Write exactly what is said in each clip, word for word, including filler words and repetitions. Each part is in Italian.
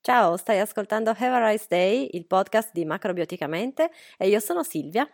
Ciao, stai ascoltando Have a Rice Day, il podcast di Macrobioticamente, e io sono Silvia.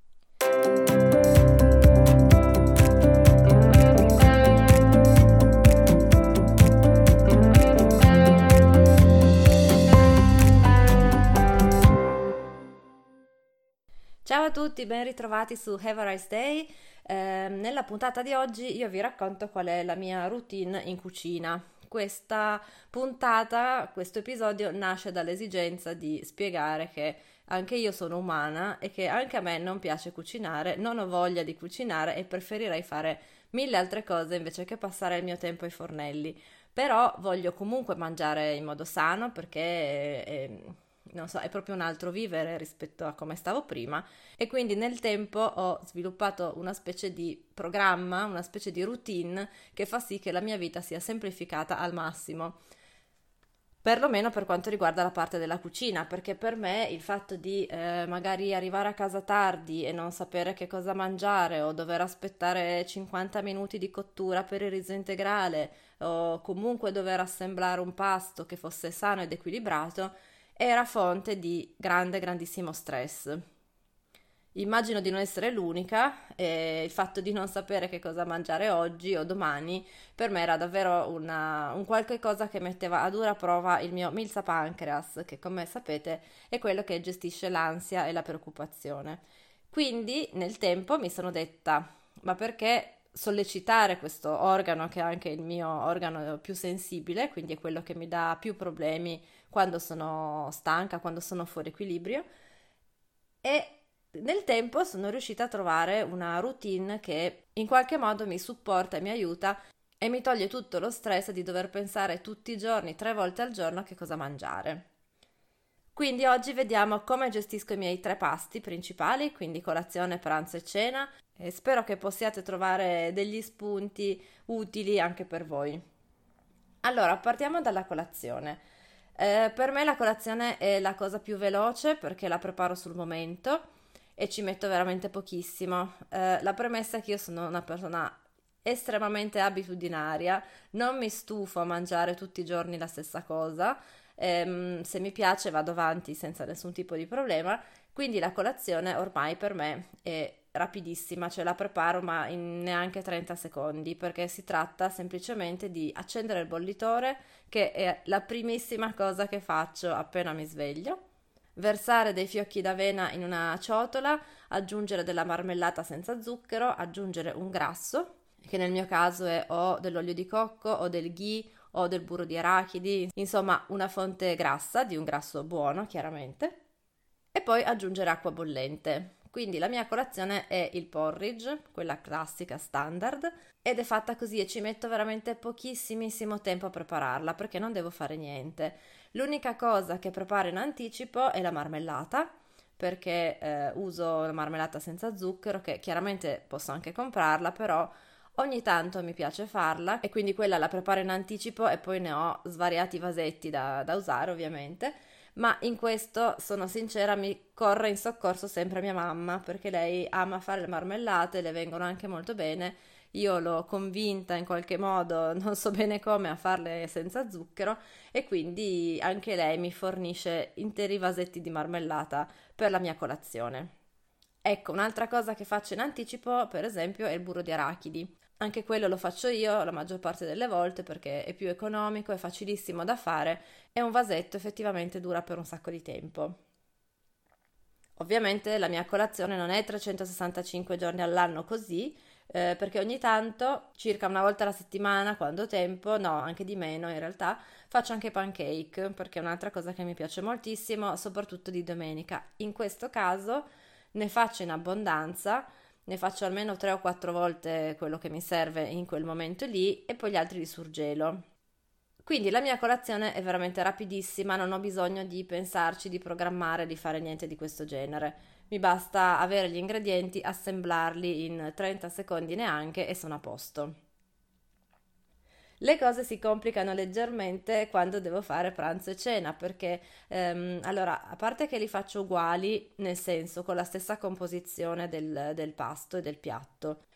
Ciao a tutti, ben ritrovati su Have a Rice Day. Eh, nella puntata di oggi io vi racconto qual è la mia routine in cucina. Questa puntata, questo episodio nasce dall'esigenza di spiegare che anche io sono umana e che anche a me non piace cucinare, non ho voglia di cucinare e preferirei fare mille altre cose invece che passare il mio tempo ai fornelli. Però voglio comunque mangiare in modo sano perché è, è, non so, è proprio un altro vivere rispetto a come stavo prima, e quindi nel tempo ho sviluppato una specie di programma, una specie di routine che fa sì che la mia vita sia semplificata al massimo, perlomeno per quanto riguarda la parte della cucina, perché per me il fatto di eh, magari arrivare a casa tardi e non sapere che cosa mangiare o dover aspettare cinquanta minuti di cottura per il riso integrale o comunque dover assemblare un pasto che fosse sano ed equilibrato era fonte di grande, grandissimo stress. Immagino di non essere l'unica, e il fatto di non sapere che cosa mangiare oggi o domani per me era davvero una, un qualche cosa che metteva a dura prova il mio Milza Pancreas, che come sapete è quello che gestisce l'ansia e la preoccupazione. Quindi nel tempo mi sono detta, ma perché sollecitare questo organo che è anche il mio organo più sensibile, quindi è quello che mi dà più problemi quando sono stanca, quando sono fuori equilibrio, e nel tempo sono riuscita a trovare una routine che in qualche modo mi supporta e mi aiuta e mi toglie tutto lo stress di dover pensare tutti i giorni, tre volte al giorno, a che cosa mangiare. Quindi oggi vediamo come gestisco i miei tre pasti principali, quindi colazione, pranzo e cena, e spero che possiate trovare degli spunti utili anche per voi. Allora, partiamo dalla colazione. Eh, per me la colazione è la cosa più veloce perché la preparo sul momento e ci metto veramente pochissimo. Eh, la premessa è che io sono una persona estremamente abitudinaria, non mi stufo a mangiare tutti i giorni la stessa cosa, ehm, se mi piace vado avanti senza nessun tipo di problema, quindi la colazione ormai per me è rapidissima, cioè la preparo ma in neanche trenta secondi, perché si tratta semplicemente di accendere il bollitore, che è la primissima cosa che faccio appena mi sveglio, versare dei fiocchi d'avena in una ciotola, aggiungere della marmellata senza zucchero, aggiungere un grasso, che nel mio caso è o dell'olio di cocco o del ghee o del burro di arachidi, insomma una fonte grassa, di un grasso buono chiaramente, e poi aggiungere acqua bollente. Quindi la mia colazione è il porridge, quella classica standard, ed è fatta così e ci metto veramente pochissimissimo tempo a prepararla perché non devo fare niente. L'unica cosa che preparo in anticipo è la marmellata, perché eh, uso la marmellata senza zucchero, che chiaramente posso anche comprarla, però ogni tanto mi piace farla e quindi quella la preparo in anticipo e poi ne ho svariati vasetti da, da usare ovviamente. Ma in questo, sono sincera, mi corre in soccorso sempre mia mamma, perché lei ama fare le marmellate, le vengono anche molto bene. Io l'ho convinta in qualche modo, non so bene come, a farle senza zucchero, e quindi anche lei mi fornisce interi vasetti di marmellata per la mia colazione. Ecco, un'altra cosa che faccio in anticipo, per esempio, è il burro di arachidi. Anche quello lo faccio io la maggior parte delle volte perché è più economico, è facilissimo da fare e un vasetto effettivamente dura per un sacco di tempo. Ovviamente la mia colazione non è trecentosessantacinque giorni all'anno così, eh, perché ogni tanto, circa una volta alla settimana, quando ho tempo, no, anche di meno in realtà, faccio anche pancake, perché è un'altra cosa che mi piace moltissimo, soprattutto di domenica. In questo caso ne faccio in abbondanza, ne faccio almeno tre o quattro volte quello che mi serve in quel momento lì e poi gli altri li surgelo. Quindi la mia colazione è veramente rapidissima, non ho bisogno di pensarci, di programmare, di fare niente di questo genere. Mi basta avere gli ingredienti, assemblarli in trenta secondi neanche e sono a posto. Le cose si complicano leggermente quando devo fare pranzo e cena perché, ehm, allora, a parte che li faccio uguali, nel senso con la stessa composizione del, del pasto e del piatto,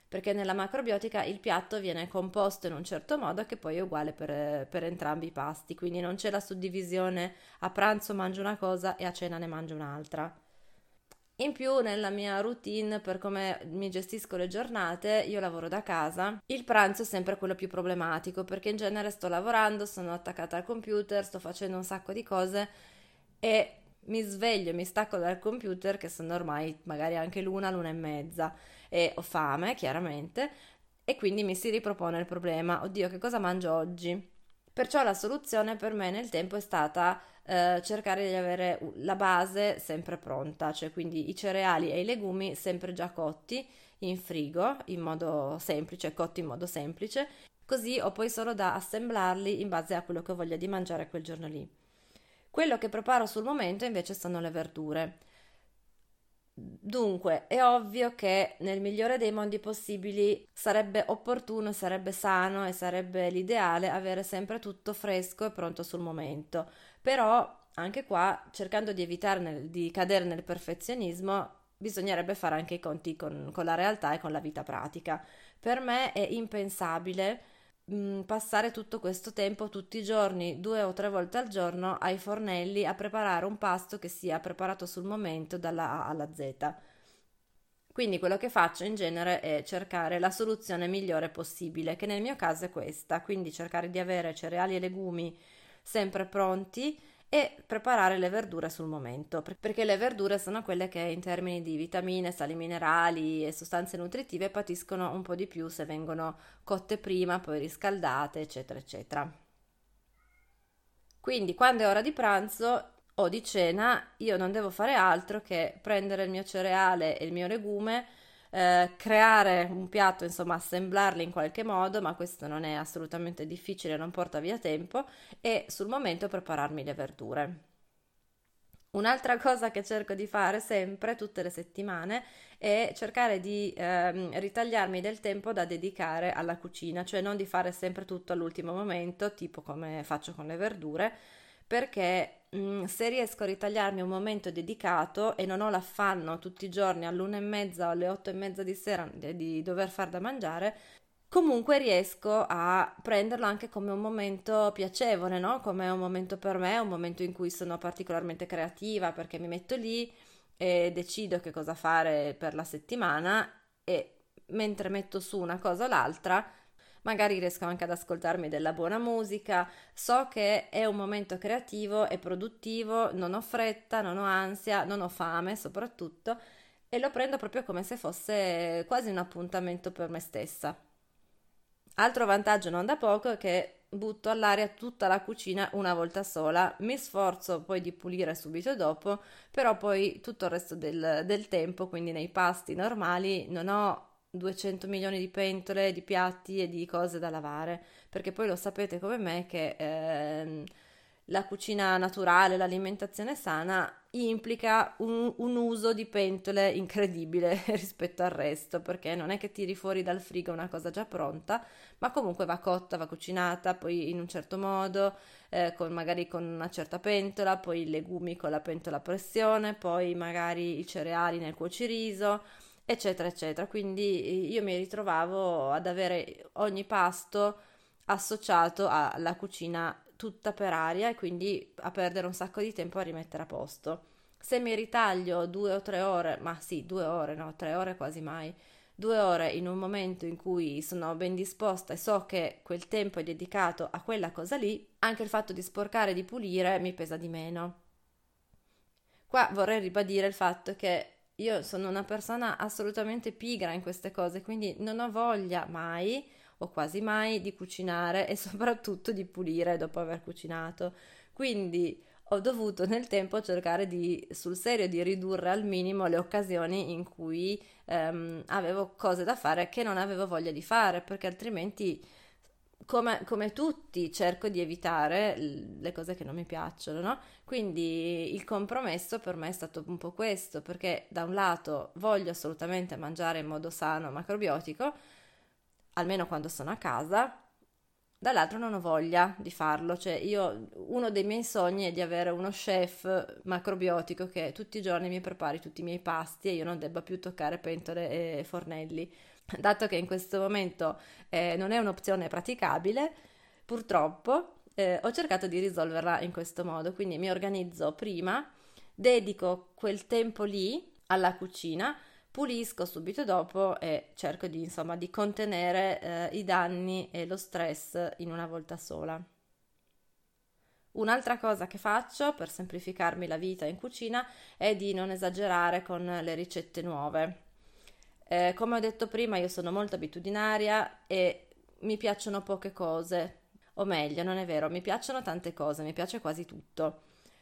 perché nella macrobiotica il piatto viene composto in un certo modo che poi è uguale per, per entrambi i pasti, quindi non c'è la suddivisione a pranzo mangio una cosa e a cena ne mangio un'altra. In più, nella mia routine, per come mi gestisco le giornate, io lavoro da casa. Il pranzo è sempre quello più problematico perché in genere sto lavorando, sono attaccata al computer, sto facendo un sacco di cose e mi sveglio, mi stacco dal computer che sono ormai magari anche l'una, l'una e mezza e ho fame, chiaramente, e quindi mi si ripropone il problema, oddio, che cosa mangio oggi? Perciò la soluzione per me nel tempo è stata eh, cercare di avere la base sempre pronta, cioè quindi i cereali e i legumi sempre già cotti in frigo in modo semplice, cotti in modo semplice, così ho poi solo da assemblarli in base a quello che ho voglia di mangiare quel giorno lì. Quello che preparo sul momento invece sono le verdure. Dunque, è ovvio che nel migliore dei mondi possibili sarebbe opportuno, sarebbe sano e sarebbe l'ideale avere sempre tutto fresco e pronto sul momento. Però, anche qua, cercando di evitare nel- di cadere nel perfezionismo, bisognerebbe fare anche i conti con, con la realtà e con la vita pratica. Per me è impensabile mh, passare tutto questo tempo tutti i giorni, due o tre volte al giorno, ai fornelli a preparare un pasto che sia preparato sul momento dalla A alla Z. Quindi quello che faccio in genere è cercare la soluzione migliore possibile, che nel mio caso è questa, quindi cercare di avere cereali e legumi sempre pronti e preparare le verdure sul momento, per- perché le verdure sono quelle che in termini di vitamine, sali minerali e sostanze nutritive patiscono un po' di più se vengono cotte prima, poi riscaldate, eccetera, eccetera. Quindi quando è ora di pranzo o di cena, io non devo fare altro che prendere il mio cereale e il mio legume, eh, creare un piatto, insomma, assemblarli in qualche modo, ma questo non è assolutamente difficile, non porta via tempo, e sul momento prepararmi le verdure. Un'altra cosa che cerco di fare sempre, tutte le settimane, è cercare di ehm, ritagliarmi del tempo da dedicare alla cucina, cioè non di fare sempre tutto all'ultimo momento, tipo come faccio con le verdure, perché mh, se riesco a ritagliarmi un momento dedicato e non ho l'affanno tutti i giorni all'una e mezza o alle otto e mezza di sera di di dover far da mangiare, comunque riesco a prenderlo anche come un momento piacevole, no? Come un momento per me, un momento in cui sono particolarmente creativa perché mi metto lì e decido che cosa fare per la settimana e mentre metto su una cosa o l'altra, magari riesco anche ad ascoltarmi della buona musica, so che è un momento creativo e produttivo, non ho fretta, non ho ansia, non ho fame soprattutto e lo prendo proprio come se fosse quasi un appuntamento per me stessa. Altro vantaggio non da poco è che butto all'aria tutta la cucina una volta sola, mi sforzo poi di pulire subito dopo, però poi tutto il resto del, del tempo, quindi nei pasti normali, non ho duecento milioni di pentole, di piatti e di cose da lavare, perché poi lo sapete come me che ehm, la cucina naturale, l'alimentazione sana implica un, un uso di pentole incredibile rispetto al resto, perché non è che tiri fuori dal frigo una cosa già pronta, ma comunque va cotta, va cucinata, poi in un certo modo, eh, con, magari con una certa pentola, poi i legumi con la pentola a pressione, poi magari i cereali nel cuociriso, eccetera, eccetera. Quindi io mi ritrovavo ad avere ogni pasto associato alla cucina tutta per aria e quindi a perdere un sacco di tempo a rimettere a posto. Se mi ritaglio due o tre ore, ma sì, due ore, no, tre ore quasi mai, due ore in un momento in cui sono ben disposta e so che quel tempo è dedicato a quella cosa lì, anche il fatto di sporcare e di pulire mi pesa di meno. Qua vorrei ribadire il fatto che io sono una persona assolutamente pigra in queste cose, quindi non ho voglia mai o quasi mai di cucinare e soprattutto di pulire dopo aver cucinato. Quindi ho dovuto nel tempo cercare di, sul serio, di ridurre al minimo le occasioni in cui ehm, avevo cose da fare che non avevo voglia di fare, perché altrimenti, come, come tutti, cerco di evitare l- le cose che non mi piacciono, no? Quindi il compromesso per me è stato un po' questo, perché da un lato voglio assolutamente mangiare in modo sano, macrobiotico, almeno quando sono a casa, dall'altro non ho voglia di farlo, cioè io uno dei miei sogni è di avere uno chef macrobiotico che tutti i giorni mi prepari tutti i miei pasti e io non debba più toccare pentole e fornelli. dato che in questo momento eh, non è un'opzione praticabile, purtroppo eh, ho cercato di risolverla in questo modo, quindi mi organizzo prima, dedico quel tempo lì alla cucina, pulisco subito dopo e cerco di, insomma, di contenere eh, i danni e lo stress in una volta sola. Un'altra cosa che faccio per semplificarmi la vita in cucina è di non esagerare con le ricette nuove. Eh, come ho detto prima, io sono molto abitudinaria e mi piacciono poche cose, o meglio, non è vero, mi piacciono tante cose, mi piace quasi tutto.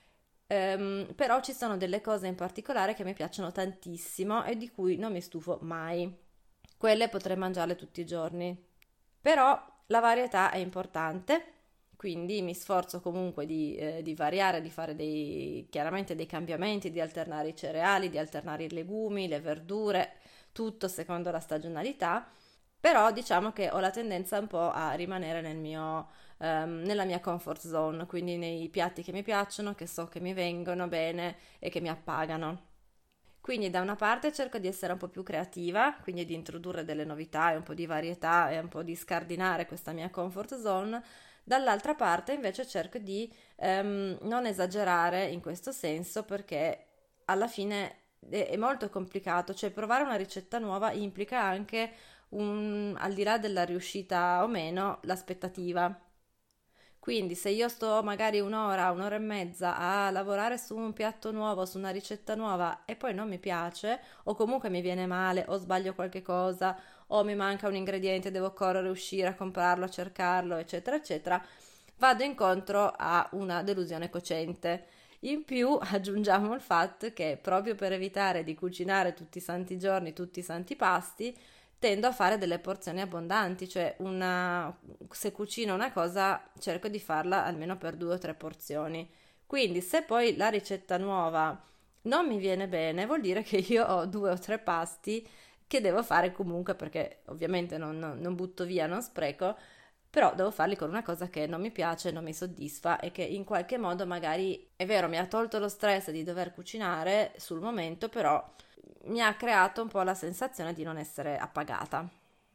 Ehm, però ci sono delle cose in particolare che mi piacciono tantissimo e di cui non mi stufo mai. Quelle potrei mangiarle tutti i giorni. Però la varietà è importante, quindi mi sforzo comunque di, eh, di variare, di fare dei, chiaramente dei cambiamenti, di alternare i cereali, di alternare i legumi, le verdure, tutto secondo la stagionalità. Però diciamo che ho la tendenza un po' a rimanere nel mio, ehm, nella mia comfort zone, quindi nei piatti che mi piacciono, che so che mi vengono bene e che mi appagano. Quindi da una parte cerco di essere un po' più creativa, quindi di introdurre delle novità e un po' di varietà e un po' di scardinare questa mia comfort zone. Dall'altra parte invece cerco di ehm, non esagerare in questo senso perché alla fine è, è molto complicato, cioè provare una ricetta nuova implica anche un, al di là della riuscita o meno, l'aspettativa. Quindi se io sto magari un'ora, un'ora e mezza a lavorare su un piatto nuovo, su una ricetta nuova e poi non mi piace, o comunque mi viene male, o sbaglio qualche cosa, o mi manca un ingrediente, devo correre, uscire a comprarlo, a cercarlo, eccetera, eccetera, vado incontro a una delusione cocente. In più aggiungiamo il fatto che proprio per evitare di cucinare tutti i santi giorni, tutti i santi pasti, tendo a fare delle porzioni abbondanti, cioè una, se cucino una cosa cerco di farla almeno per due o tre porzioni. Quindi se poi la ricetta nuova non mi viene bene, vuol dire che io ho due o tre pasti che devo fare comunque perché ovviamente non, non, non butto via, non spreco, però devo farli con una cosa che non mi piace, non mi soddisfa e che in qualche modo magari, è vero, mi ha tolto lo stress di dover cucinare sul momento, però mi ha creato un po' la sensazione di non essere appagata.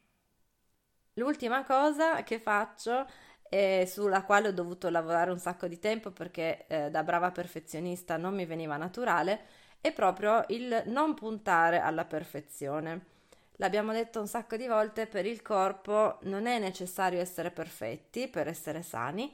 L'ultima cosa che faccio e sulla quale ho dovuto lavorare un sacco di tempo perché eh, da brava perfezionista non mi veniva naturale è proprio il non puntare alla perfezione. L'abbiamo detto un sacco di volte, per il corpo non è necessario essere perfetti per essere sani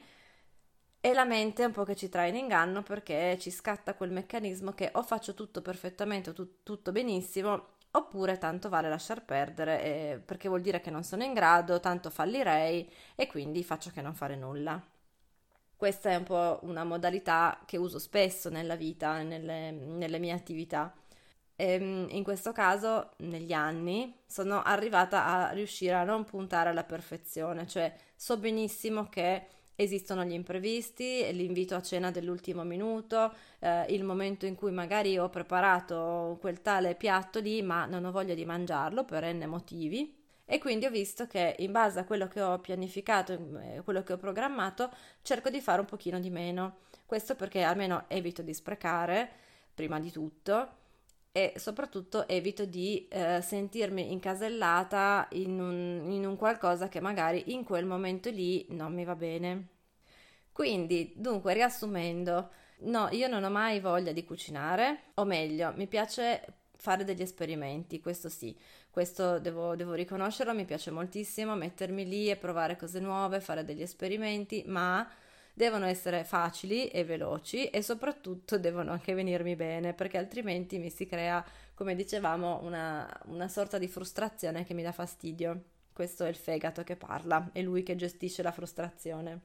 e la mente è un po' che ci trae in inganno perché ci scatta quel meccanismo che o faccio tutto perfettamente o tu- tutto benissimo oppure tanto vale lasciar perdere eh, perché vuol dire che non sono in grado, tanto fallirei e quindi faccio che non fare nulla. Questa è un po' una modalità che uso spesso nella vita, nelle, nelle mie attività. Ehm, in questo caso, negli anni, sono arrivata a riuscire a non puntare alla perfezione, cioè so benissimo che esistono gli imprevisti, l'invito a cena dell'ultimo minuto, eh, il momento in cui magari ho preparato quel tale piatto lì, ma non ho voglia di mangiarlo per enne motivi. E quindi ho visto che in base a quello che ho pianificato, eh, quello che ho programmato, cerco di fare un pochino di meno. Questo perché almeno evito di sprecare, prima di tutto, e soprattutto evito di eh, sentirmi incasellata in un, in un qualcosa che magari in quel momento lì non mi va bene. Quindi, dunque, riassumendo, no, io non ho mai voglia di cucinare, o meglio, mi piace fare degli esperimenti, questo sì, questo devo, devo riconoscerlo, mi piace moltissimo mettermi lì e provare cose nuove, fare degli esperimenti, ma devono essere facili e veloci e soprattutto devono anche venirmi bene, perché altrimenti mi si crea, come dicevamo, una, una sorta di frustrazione che mi dà fastidio. Questo è il fegato che parla, è lui che gestisce la frustrazione.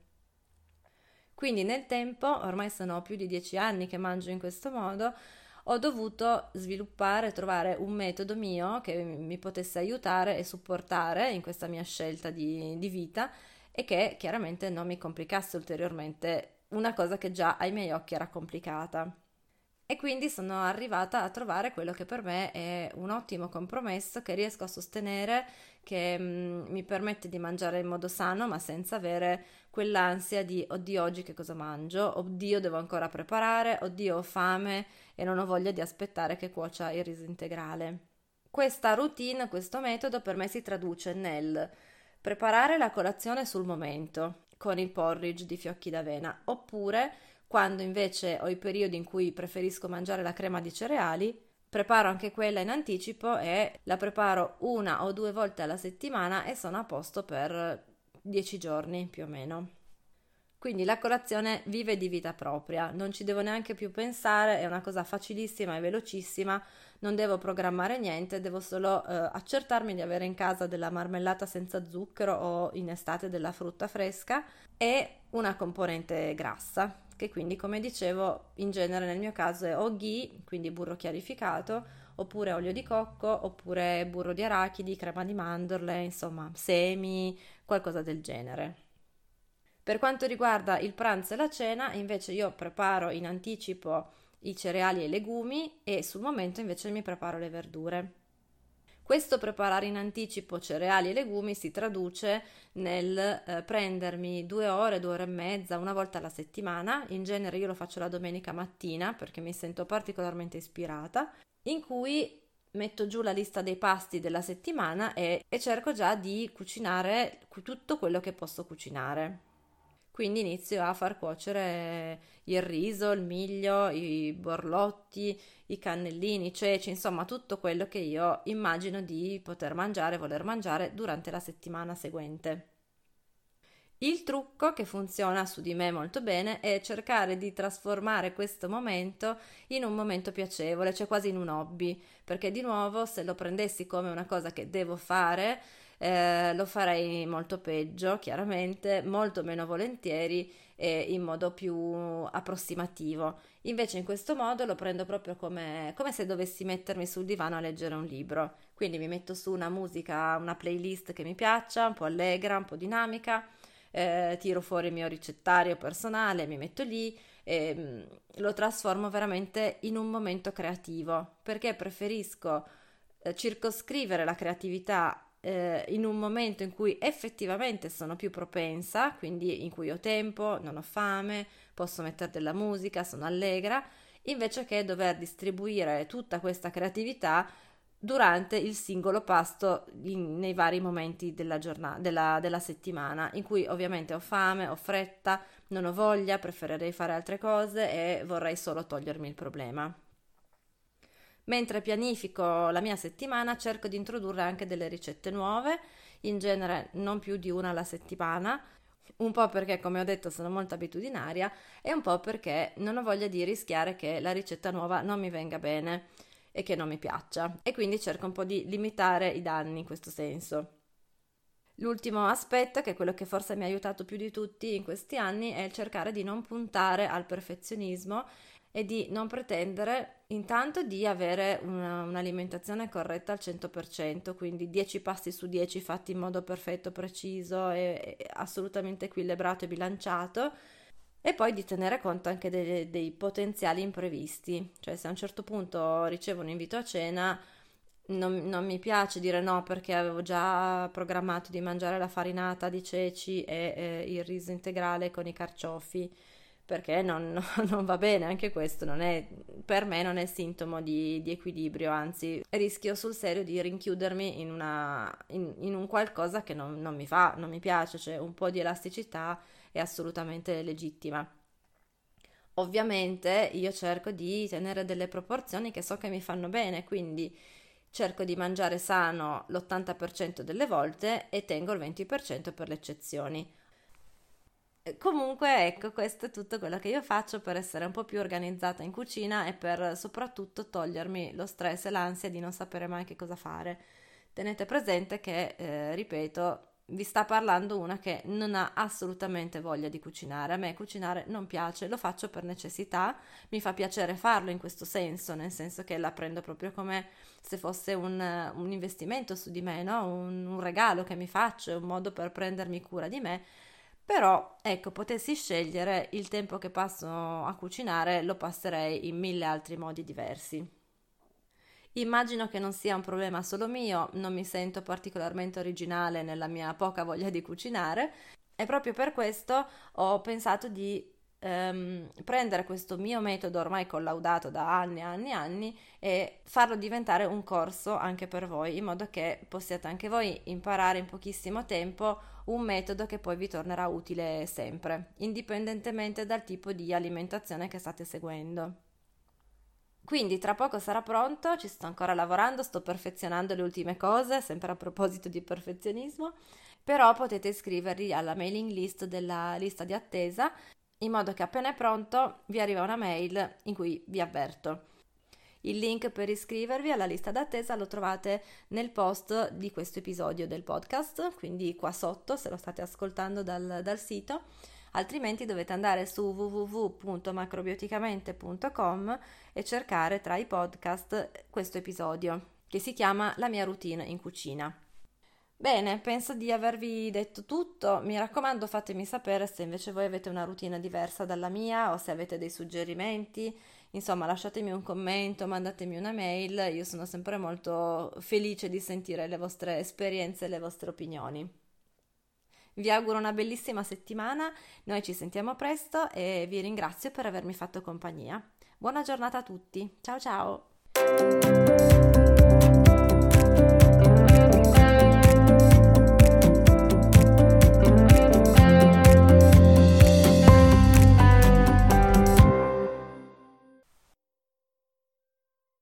Quindi nel tempo, ormai sono più di dieci anni che mangio in questo modo, ho dovuto sviluppare, trovare un metodo mio che mi potesse aiutare e supportare in questa mia scelta di, di vita e che chiaramente non mi complicasse ulteriormente una cosa che già ai miei occhi era complicata. E quindi sono arrivata a trovare quello che per me è un ottimo compromesso che riesco a sostenere, che mm, mi permette di mangiare in modo sano, ma senza avere quell'ansia di oddio oggi che cosa mangio, oddio devo ancora preparare, oddio ho fame e non ho voglia di aspettare che cuocia il riso integrale. Questa routine, questo metodo per me si traduce nel preparare la colazione sul momento con il porridge di fiocchi d'avena, oppure quando invece ho i periodi in cui preferisco mangiare la crema di cereali, preparo anche quella in anticipo e la preparo una o due volte alla settimana e sono a posto per dieci giorni più o meno. Quindi la colazione vive di vita propria, non ci devo neanche più pensare, è una cosa facilissima e velocissima, non devo programmare niente, devo solo eh, accertarmi di avere in casa della marmellata senza zucchero o in estate della frutta fresca e una componente grassa, che quindi, come dicevo, in genere nel mio caso è o ghee, quindi burro chiarificato, oppure olio di cocco, oppure burro di arachidi, crema di mandorle, insomma, semi, qualcosa del genere. Per quanto riguarda il pranzo e la cena, invece io preparo in anticipo i cereali e i legumi e sul momento invece mi preparo le verdure. Questo preparare in anticipo cereali e legumi si traduce nel eh, prendermi due ore, due ore e mezza, una volta alla settimana, in genere io lo faccio la domenica mattina perché mi sento particolarmente ispirata, in cui metto giù la lista dei pasti della settimana e, e cerco già di cucinare tutto quello che posso cucinare. Quindi inizio a far cuocere il riso, il miglio, i borlotti, i cannellini, i ceci, insomma tutto quello che io immagino di poter mangiare, voler mangiare durante la settimana seguente. Il trucco che funziona su di me molto bene è cercare di trasformare questo momento in un momento piacevole, cioè quasi in un hobby, perché di nuovo se lo prendessi come una cosa che devo fare, eh, lo farei molto peggio, chiaramente, molto meno volentieri e in modo più approssimativo. Invece in questo modo lo prendo proprio come, come se dovessi mettermi sul divano a leggere un libro. Quindi mi metto su una musica, una playlist che mi piaccia, un po' allegra, un po' dinamica, eh, tiro fuori il mio ricettario personale, mi metto lì e mm, lo trasformo veramente in un momento creativo, perché preferisco eh, circoscrivere la creatività eh, in un momento in cui effettivamente sono più propensa, quindi in cui ho tempo, non ho fame, posso mettere della musica, sono allegra, invece che dover distribuire tutta questa creatività durante il singolo pasto in- nei vari momenti della giornata, della, della settimana, in cui ovviamente ho fame, ho fretta, non ho voglia, preferirei fare altre cose e vorrei solo togliermi il problema. Mentre pianifico la mia settimana, cerco di introdurre anche delle ricette nuove, in genere non più di una alla settimana, un po' perché, come ho detto, sono molto abitudinaria e un po' perché non ho voglia di rischiare che la ricetta nuova non mi venga bene e che non mi piaccia, e quindi cerco un po' di limitare i danni in questo senso. L'ultimo aspetto, che è quello che forse mi ha aiutato più di tutti in questi anni, è il cercare di non puntare al perfezionismo e di non pretendere intanto di avere una- un'alimentazione corretta al cento per cento, quindi dieci passi su dieci fatti in modo perfetto, preciso e, e assolutamente equilibrato e bilanciato, e poi di tenere conto anche dei, dei potenziali imprevisti, cioè se a un certo punto ricevo un invito a cena, non, non mi piace dire no perché avevo già programmato di mangiare la farinata di ceci e, e il riso integrale con i carciofi, perché non, non va bene, anche questo non è, per me non è sintomo di, di equilibrio, anzi rischio sul serio di rinchiudermi in, una, in, in un qualcosa che non, non mi fa, non mi piace, cioè un po' di elasticità è assolutamente legittima. Ovviamente io cerco di tenere delle proporzioni che so che mi fanno bene, quindi cerco di mangiare sano l'ottanta per cento delle volte e tengo il venti per cento per le eccezioni. Eh, Comunque, ecco, questo è tutto quello che io faccio per essere un po' più organizzata in cucina e per soprattutto togliermi lo stress e l'ansia di non sapere mai che cosa fare. Tenete presente che, eh, ripeto, vi sta parlando una che non ha assolutamente voglia di cucinare. A me cucinare non piace, lo faccio per necessità, mi fa piacere farlo in questo senso, nel senso che la prendo proprio come se fosse un, un investimento su di me, no? Un, un regalo che mi faccio, è un modo per prendermi cura di me. Però, ecco, potessi scegliere il tempo che passo a cucinare, lo passerei in mille altri modi diversi. Immagino che non sia un problema solo mio, non mi sento particolarmente originale nella mia poca voglia di cucinare e proprio per questo ho pensato di ehm, prendere questo mio metodo ormai collaudato da anni e anni e anni e farlo diventare un corso anche per voi, in modo che possiate anche voi imparare in pochissimo tempo un metodo che poi vi tornerà utile sempre, indipendentemente dal tipo di alimentazione che state seguendo. Quindi tra poco sarà pronto, ci sto ancora lavorando, sto perfezionando le ultime cose, sempre a proposito di perfezionismo, però potete iscrivervi alla mailing list della lista di attesa, in modo che appena è pronto vi arriva una mail in cui vi avverto. Il link per iscrivervi alla lista d'attesa lo trovate nel post di questo episodio del podcast, quindi qua sotto se lo state ascoltando dal, dal sito, altrimenti dovete andare su w w w punto macrobioticamente punto com e cercare tra i podcast questo episodio, che si chiama La mia routine in cucina. Bene, penso di avervi detto tutto, mi raccomando fatemi sapere se invece voi avete una routine diversa dalla mia o se avete dei suggerimenti, insomma lasciatemi un commento, mandatemi una mail, io sono sempre molto felice di sentire le vostre esperienze e le vostre opinioni. Vi auguro una bellissima settimana, noi ci sentiamo presto e vi ringrazio per avermi fatto compagnia. Buona giornata a tutti, ciao ciao!